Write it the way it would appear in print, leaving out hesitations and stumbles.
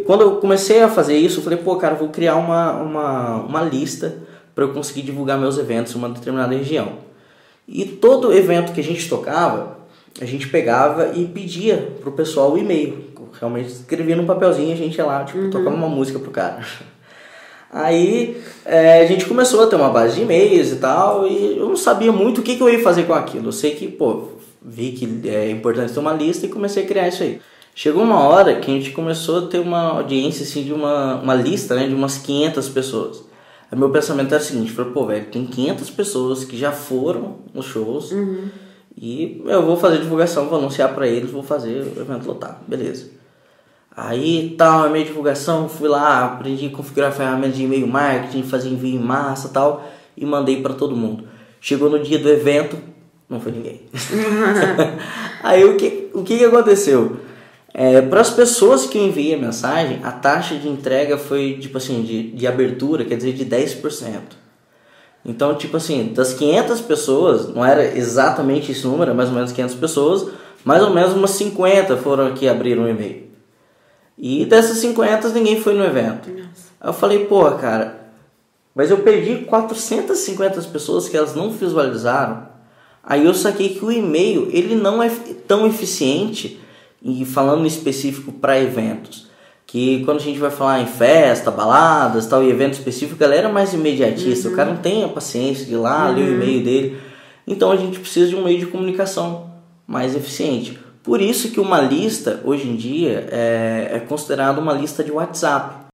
quando eu comecei a fazer isso, eu falei, pô, cara, eu vou criar uma lista para eu conseguir divulgar meus eventos em uma determinada região. E todo evento que a gente tocava, a gente pegava e pedia pro pessoal o e-mail. Realmente escrevia num papelzinho, a gente ia lá, tipo, tocava uma música pro cara. Aí a gente começou a ter uma base de e-mails e tal, e eu não sabia muito o que eu ia fazer com aquilo. Eu sei que, pô, vi que é importante ter uma lista e comecei a criar isso aí. Chegou uma hora que a gente começou a ter uma audiência assim, de uma lista, né, de umas 500 pessoas. Aí meu pensamento era o seguinte, falei, pô, velho, tem 500 pessoas que já foram nos shows e eu vou fazer divulgação, vou anunciar pra eles, vou fazer o evento lotar, beleza. Aí tal, a minha divulgação, fui lá, aprendi a configurar ferramentas de e-mail marketing, fazer envio em massa e tal, e mandei pra todo mundo. Chegou no dia do evento, não foi ninguém. Aí o que aconteceu? Para as pessoas que eu enviei a mensagem, a taxa de entrega foi tipo assim, de abertura, quer dizer, de 10%. Então, tipo assim, das 500 pessoas, não era exatamente esse número, mais ou menos 500 pessoas, mais ou menos umas 50 foram que abriram o e-mail. E dessas 50 ninguém foi no evento. Nossa. Aí eu falei, pô, cara, mas eu perdi 450 pessoas que elas não visualizaram. Aí eu saquei que o e-mail, ele não é tão eficiente, e falando em específico para eventos, que quando a gente vai falar em festa, baladas, tal, e evento específico, a galera é mais imediatista, o cara não tem a paciência de ir lá, ler o e-mail dele. Então a gente precisa de um meio de comunicação mais eficiente. Por isso que uma lista, hoje em dia, é considerada uma lista de WhatsApp.